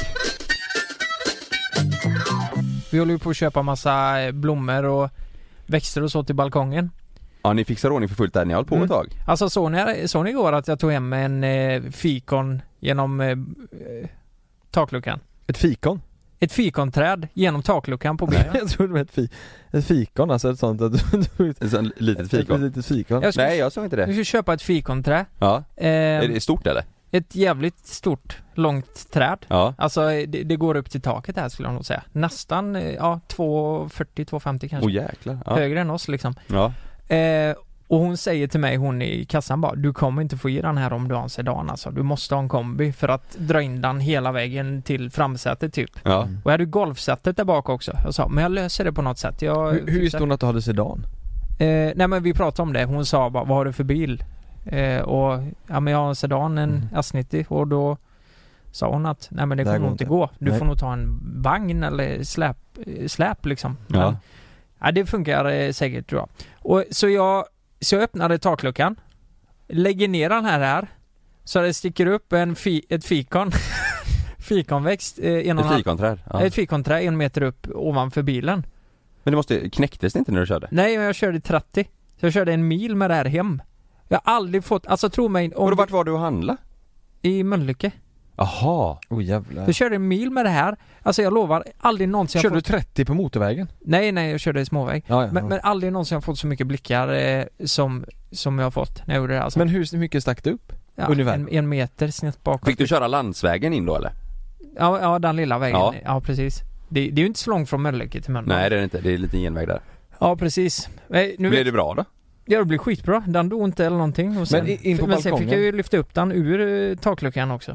Vi håller ju på att köpa massa blommor och växter och så till balkongen. Ja, ni fixar ordning för fullt där, ni har hållit på ett tag. Alltså såg ni igår att jag tog hem en fikon genom takluckan? Ett fikon? Ett fikonträd genom takluckan på bilen. Jag tror det var ett fikon, alltså ett sånt ett sånt litet fikon. Ett litet fikon. Nej, jag såg inte det. Du ska köpa ett fikonträd. Ja. Är det stort eller? Ett jävligt stort, långt träd. Ja. Alltså det går upp till taket här, skulle jag nog säga. Nästan 2,40-2,50 kanske. Jäklar. Ja. Högre än oss liksom. Ja. Och hon säger till mig, hon i kassan bara, du kommer inte få i den här om du har en sedan alltså. Du måste ha en kombi för att dra in den hela vägen till framsätet typ. Ja. Och jag hade golfsättet där bak också. Jag sa, men jag löser det på något sätt. Hur visste hon att du hade sedan? Nej men vi pratade om det. Hon sa bara, vad har du för bil? Och men jag har en sedan, en S90, och då sa hon att nej men det kommer nog inte gå. Du får nog ta en vagn eller släp liksom. Ja. Men, det funkar säkert, tror jag. Och så jag öppnade takluckan, lägger ner den här så det sticker upp ett fikon fikonväxt ett fikonträd. Ja. Ett fikonträd 1 meter upp ovanför bilen. Men knäcktes det inte när du körde? Nej, jag körde 30. Så jag körde 1 mil med det här hem. Jag har aldrig fått, alltså tro mig om. Och vart var du och handla? I Mölnlycke. Aha. Jävlar. Jag körde 1 mil med det här. Alltså jag lovar, aldrig någonsin. Körde du 30 på motorvägen? Nej, jag körde i småväg. Ja. Men aldrig någonsin har jag fått så mycket blickar som jag har fått när jag gjorde det. Alltså. Men hur mycket stack du upp? Ungefär 1 meter snett bakåt. Fick du köra landsvägen in då eller? Ja, den lilla vägen. Ja, precis. Det är ju inte så långt från Mölnlycke till Mölnlycke. Nej, det är det inte. Det är lite genväg där. Ja, precis. Blev det bra då? Ja, det blir skitbra. Den dog inte eller någonting. Och sen, men sen fick jag ju lyfta upp den ur takluckan också.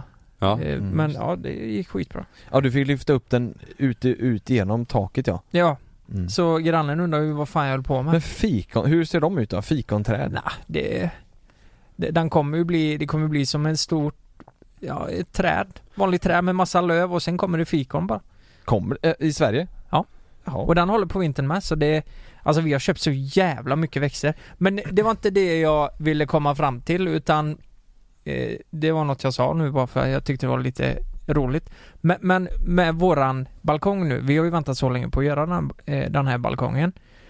Ja. Men ja, det gick skitbra. Ja, du fick lyfta upp den ut genom taket, ja. Ja, så grannen undrar ju vad fan jag höll på med. Men fikon, hur ser de ut då? Fikonträd? Nej, den kommer ju bli, det kommer bli som en stor, ja, ett träd. Vanligt träd med massa löv och sen kommer det fikon bara. Kommer i Sverige? Ja. Jaha. Och den håller på vintern med, så det, alltså vi har köpt så jävla mycket växter. Men det var inte det jag ville komma fram till, utan det var något jag sa nu bara för jag tyckte det var lite roligt. Men med våran balkong nu, vi har ju väntat så länge på att göra den här balkongen.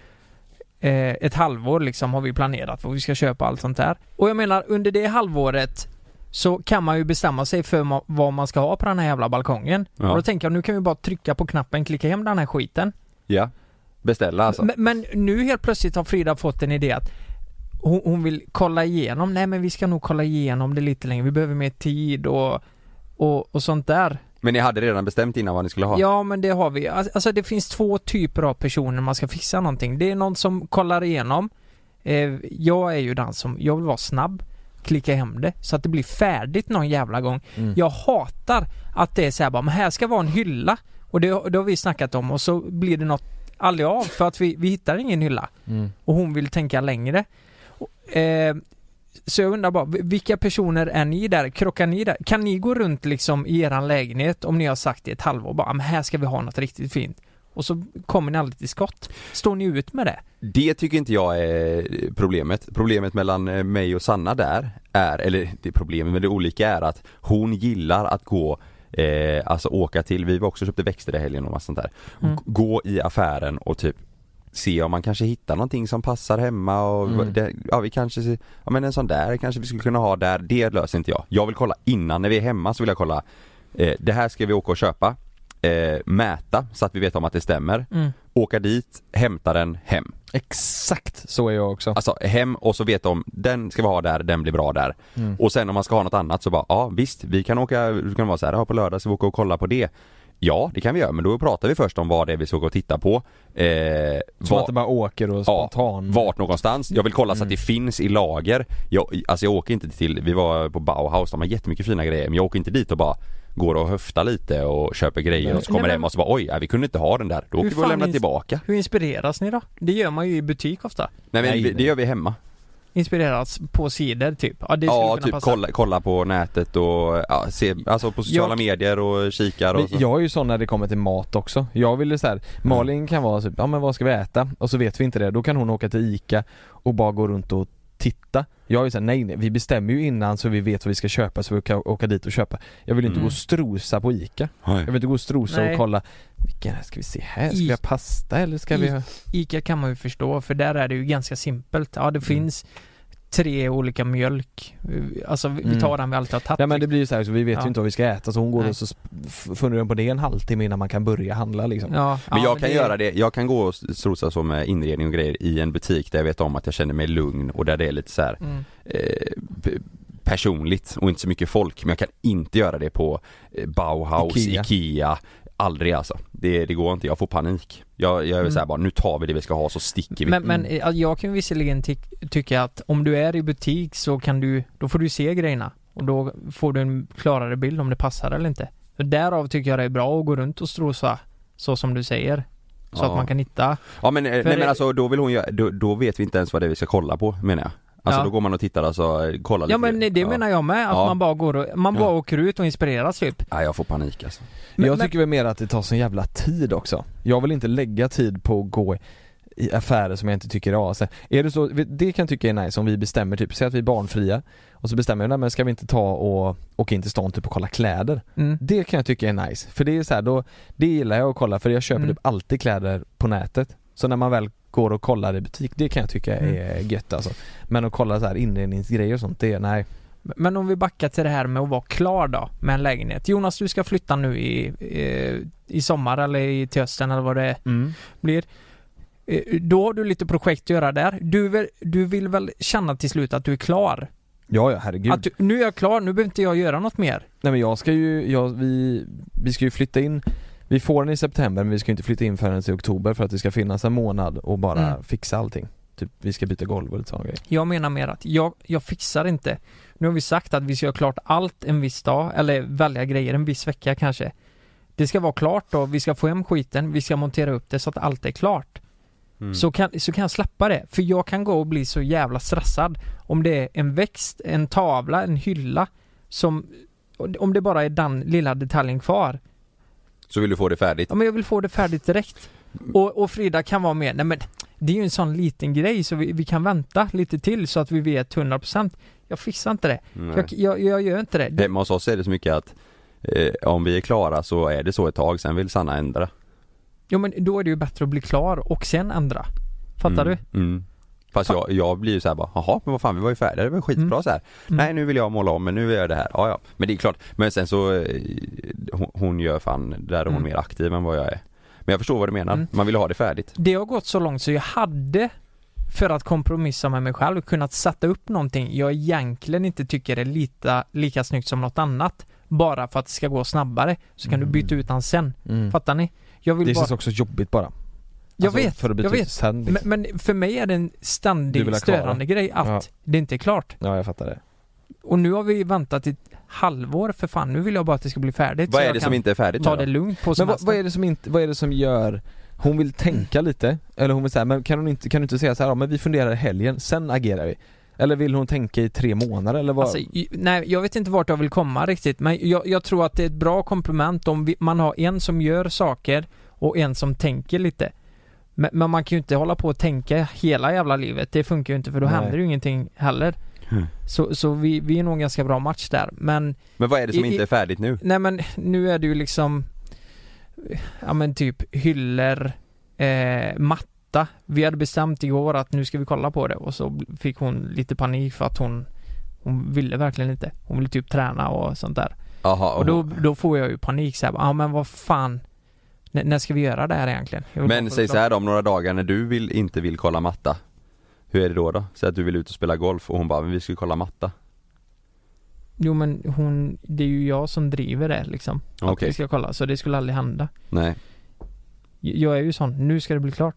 Ett halvår liksom har vi planerat vad vi ska köpa, allt sånt där. Och jag menar, under det halvåret så kan man ju bestämma sig för vad man ska ha på den här jävla balkongen. Ja. Och då tänker jag, nu kan vi bara trycka på knappen, klicka hem den här skiten. Ja, beställa alltså. Men nu helt plötsligt har Frida fått en idé att hon vill kolla igenom. Nej, men vi ska nog kolla igenom det lite längre. Vi behöver mer tid och sånt där. Men ni hade redan bestämt innan vad ni skulle ha? Ja, men det har vi. Alltså det finns 2 typer av personer man ska fixa någonting. Det är någon som kollar igenom. Jag är ju den som, jag vill vara snabb, klicka hem det så att det blir färdigt någon jävla gång. Jag hatar att det är så här bara, men här ska vara en hylla. Och det har vi snackat om, och så blir det något aldrig av för att vi hittar ingen hylla. Och hon vill tänka längre. Så jag undrar bara, vilka personer är ni där? Krockar ni där? Kan ni gå runt liksom i eran lägenhet om ni har sagt i ett halvår bara, men här ska vi ha något riktigt fint. Och så kommer ni aldrig till skott. Står ni ut med det? Det tycker inte jag är problemet. Problemet mellan mig och Sanna där är, eller det problemet med det olika är att hon gillar att gå alltså åka till, vi var också köpte växter i helgen och massa sånt där. Gå i affären och typ se om man kanske hittar någonting som passar hemma och vi kanske men en sån där kanske vi skulle kunna ha där. Det löser inte jag. Jag vill kolla innan, när vi är hemma så vill jag kolla det här ska vi åka och köpa, mäta så att vi vet om att det stämmer. Åka dit, hämta den hem. Exakt, så är jag också. Alltså hem, och så vet om den ska vi ha där, den blir bra där. Och sen om man ska ha något annat så bara, ja visst, vi kan åka, vi kan vara så här, på lördag så vi åka och kolla på det. Ja, det kan vi göra, men då pratar vi först om vad det är vi ska gå och titta på. Så att det bara åker och spontan. Ja, vart någonstans. Jag vill kolla så att det finns i lager. Jag åker inte till, vi var på Bauhaus, de har jättemycket fina grejer, men jag åker inte dit och bara går och höftar lite och köper grejer och så kommer hem och så bara, oj, vi kunde inte ha den där. Då åker vi och lämnar tillbaka. Hur inspireras ni då? Det gör man ju i butik ofta. Nej, men det gör vi hemma. Inspireras på sidor typ. Ja, det typ passa. Kolla på nätet och se, alltså på sociala medier och kikar och så. Jag är ju sån när det kommer till mat också. Jag vill så här, Malin kan vara typ, men vad ska vi äta? Och så vet vi inte det. Då kan hon åka till ICA och bara gå runt och titta. Jag är ju såhär, nej, vi bestämmer ju innan så vi vet vad vi ska köpa så vi kan åka dit och köpa. Jag vill inte gå och strosa på ICA. Jag vill inte gå och strosa och kolla, vilken ska vi se här? Ska vi ha pasta eller ska vi ha... ICA kan man ju förstå, för där är det ju ganska simpelt. Ja, det finns 3 olika mjölk. Alltså vi tar den vi alltid har tagit. Ja, men det blir ju så här, så vi vet ju inte vad vi ska äta, så hon går och så funderar på det en halvtimme innan man kan börja handla liksom. Men jag kan göra det. Jag kan gå och strosa så med inredning och grejer i en butik där jag vet om att jag känner mig lugn och där det är lite så här personligt och inte så mycket folk. Men jag kan inte göra det på Bauhaus, Ikea. Aldrig alltså. Det går inte. Jag får panik. Jag är så här bara, nu tar vi det vi ska ha så sticker vi. Men jag kan visserligen tycka att om du är i butik så då får du se grejerna. Och då får du en klarare bild om det passar eller inte. Så därav tycker jag det är bra att gå runt och strosa så som du säger. Så att man kan hitta. Ja, men alltså då vill hon då vet vi inte ens vad det är vi ska kolla på, menar jag. Alltså då går man och tittar och så kollar lite. Ja, men det menar jag med, att man bara går och, bara åker ut och inspireras typ. Ja, jag får panik alltså. Jag tycker väl mer att det tar sån jävla tid också. Jag vill inte lägga tid på att gå i affärer som jag inte tycker är så. Är det så, det kan jag tycka är nice om vi bestämmer typ, säg att vi är barnfria och så bestämmer vi, men ska vi inte ta och åka in till stan typ och kolla kläder. Det kan jag tycka är nice. För det är så här, då, det gillar jag att kolla, för jag köper typ alltid kläder på nätet. Så när man väl går och kollar i butik, det kan jag tycka är gött alltså. Men att kolla så här inredningsgrejer och sånt, det är nej. Men om vi backar till det här med att vara klar då med en lägenhet. Jonas, du ska flytta nu i sommar eller till hösten eller vad det blir. Då har du lite projekt att göra där. Du vill väl känna till slut att du är klar? Ja, herregud. Nu är jag klar, nu behöver inte jag göra något mer. Nej, men jag ska ju, vi ska ju flytta in. Vi får den i september, men vi ska inte flytta in förrän i oktober för att det ska finnas en månad och bara fixa allting. Typ vi ska byta golv och lite sådana grejer. Jag menar mer att jag fixar inte. Nu har vi sagt att vi ska göra klart allt en viss dag, eller välja grejer en viss vecka kanske. Det ska vara klart då, vi ska få hem skiten, vi ska montera upp det så att allt är klart. Så kan jag släppa det. För jag kan gå och bli så jävla stressad om det är en växt, en tavla, en hylla som, om det bara är den lilla detaljen kvar. Så vill du få det färdigt? Ja, men jag vill få det färdigt direkt. Och Frida kan vara med. Nej men det är ju en sån liten grej så vi kan vänta lite till så att vi vet 100%. Jag fixar inte det. Jag gör inte det. Hemma hos oss är det så mycket att om vi är klara så är det så ett tag, sen vill Sanna ändra. Jo men då är det ju bättre att bli klar och sen ändra. Fattar du? Fast jag blir ju så här bara, jaha, men vad fan, vi var ju färdiga, det var skitbra så här. Nej, nu vill jag måla om, men nu vill jag det här. Ja. Men det är klart, men sen så hon gör fan, där är hon mer aktiv än vad jag är. Men jag förstår vad du menar, man vill ha det färdigt. Det har gått så långt så jag hade, för att kompromissa med mig själv, kunnat sätta upp någonting jag egentligen inte tycker är lika snyggt som något annat. Bara för att det ska gå snabbare. Så kan du byta ut den sen. Fattar ni? Jag vill det känns också jobbigt bara. Jag alltså, vet, för att byta ut sen, liksom. men för mig är det en ständig störande grej att det inte är klart. Ja, jag fattar det. Och nu har vi väntat ett halvår för fan. Nu vill jag bara att det ska bli färdigt. Vad är det som inte är färdigt? Ta det lugnt på semester. Men vad är det som gör... Hon vill tänka lite, eller hon vill säga, men kan du inte säga så här, ja, men vi funderar i helgen, sen agerar vi. Eller vill hon tänka i 3 månader eller vad? Alltså, nej, jag vet inte vart jag vill komma riktigt, men jag tror att det är ett bra komplement om man har en som gör saker och en som tänker lite. Men man kan ju inte hålla på och tänka hela jävla livet. Det funkar ju inte, för då händer ju ingenting heller. Så vi är nog en ganska bra match där. Men vad är det som inte är färdigt nu? Nej, men nu är det ju liksom, ja men typ hyllor, matta. Vi hade bestämt igår att nu ska vi kolla på det, och så fick hon lite panik för att hon ville verkligen inte. Hon ville typ träna och sånt där. Aha. Och då får jag ju panik så här, ja men vad fan, när ska vi göra det här egentligen? Men säg så här då, om några dagar när du inte vill kolla matta, hur är det då? Så att du vill ut och spela golf och hon bara, men vi ska kolla matta. Jo men det är ju jag som driver det liksom. Att vi ska kolla, så det skulle aldrig hända. Nej. Jag är ju sån, nu ska det bli klart.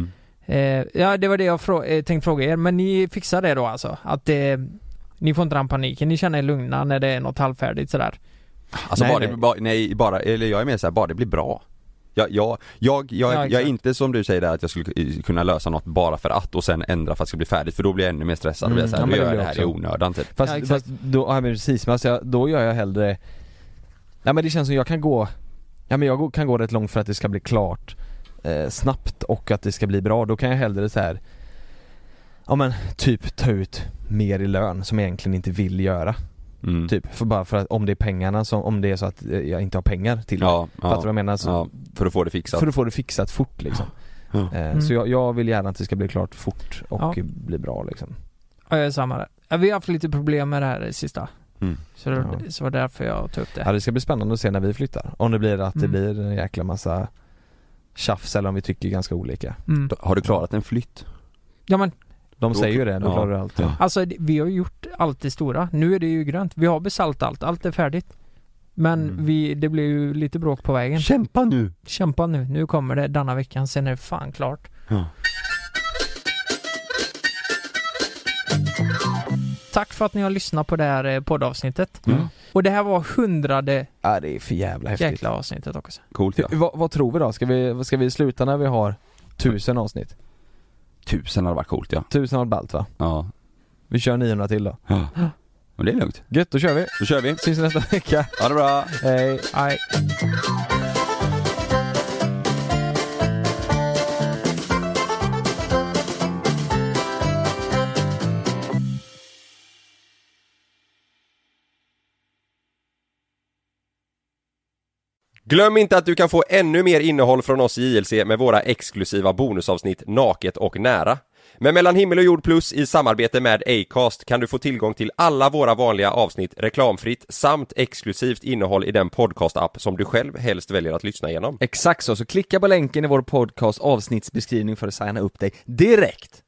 Ja, det var det jag tänkte fråga er. Men ni fixar det då alltså? Att ni får inte den paniken, ni känner er lugna när det är något halvfärdigt sådär? Alltså jag är mer såhär, bara det blir bra. Jag är inte som du säger där att jag skulle kunna lösa något bara för att och sen ändra för att det ska bli färdigt, för då blir jag ännu mer stressad. Då blir jag såhär, vi gör det här i onödan typ. Fast då, ja, men precis, men alltså, då gör jag hellre, ja men det känns som jag kan gå rätt långt för att det ska bli klart snabbt och att det ska bli bra. Då kan jag hellre så här, ja men typ ta ut mer i lön som jag egentligen inte vill göra. Typ bara för att om det är pengarna som, om det är så att jag inte har pengar till det. Fattar du vad jag menar? Så, för att få det fixat. För att få det fixat fort liksom. Så jag vill gärna att det ska bli klart fort och bli bra liksom. Ja, jag är samma där. Ja, vi har haft lite problem med det här sista. Så det var därför jag tog upp det. Ja, det ska bli spännande att se när vi flyttar. Om det blir att det blir en jäkla massa tjafs eller om vi tycker ganska olika. Har du klarat en flytt? Ja men de säger ju det, då klarar du allt. Alltså vi har gjort allt det stora. Nu är det ju grönt. Vi har besalt allt är färdigt. Men det blir ju lite bråk på vägen. Kämpa nu. Nu kommer det denna veckan, sen är det fan klart. Tack för att ni har lyssnat på det här poddavsnittet. Och det här var 100:e. Ja, det är för jävla häftigt. Jäkla avsnittet också. Coolt, ja. Vad tror vi då? Ska vi sluta när vi har 1000 avsnitt? 1000 hade varit coolt, ja. 1000 har ballt, va? Ja. Vi kör 900 till då. Ja. Och det är lugnt. Gött, då kör vi. Syns nästa vecka. Ha det bra. Hej. Hej. Glöm inte att du kan få ännu mer innehåll från oss i JLC med våra exklusiva bonusavsnitt Naket och nära. Men Mellan himmel och jord plus i samarbete med Acast kan du få tillgång till alla våra vanliga avsnitt reklamfritt samt exklusivt innehåll i den podcast-app som du själv helst väljer att lyssna igenom. Exakt så klicka på länken i vår podcast avsnittsbeskrivning för att signa upp dig direkt.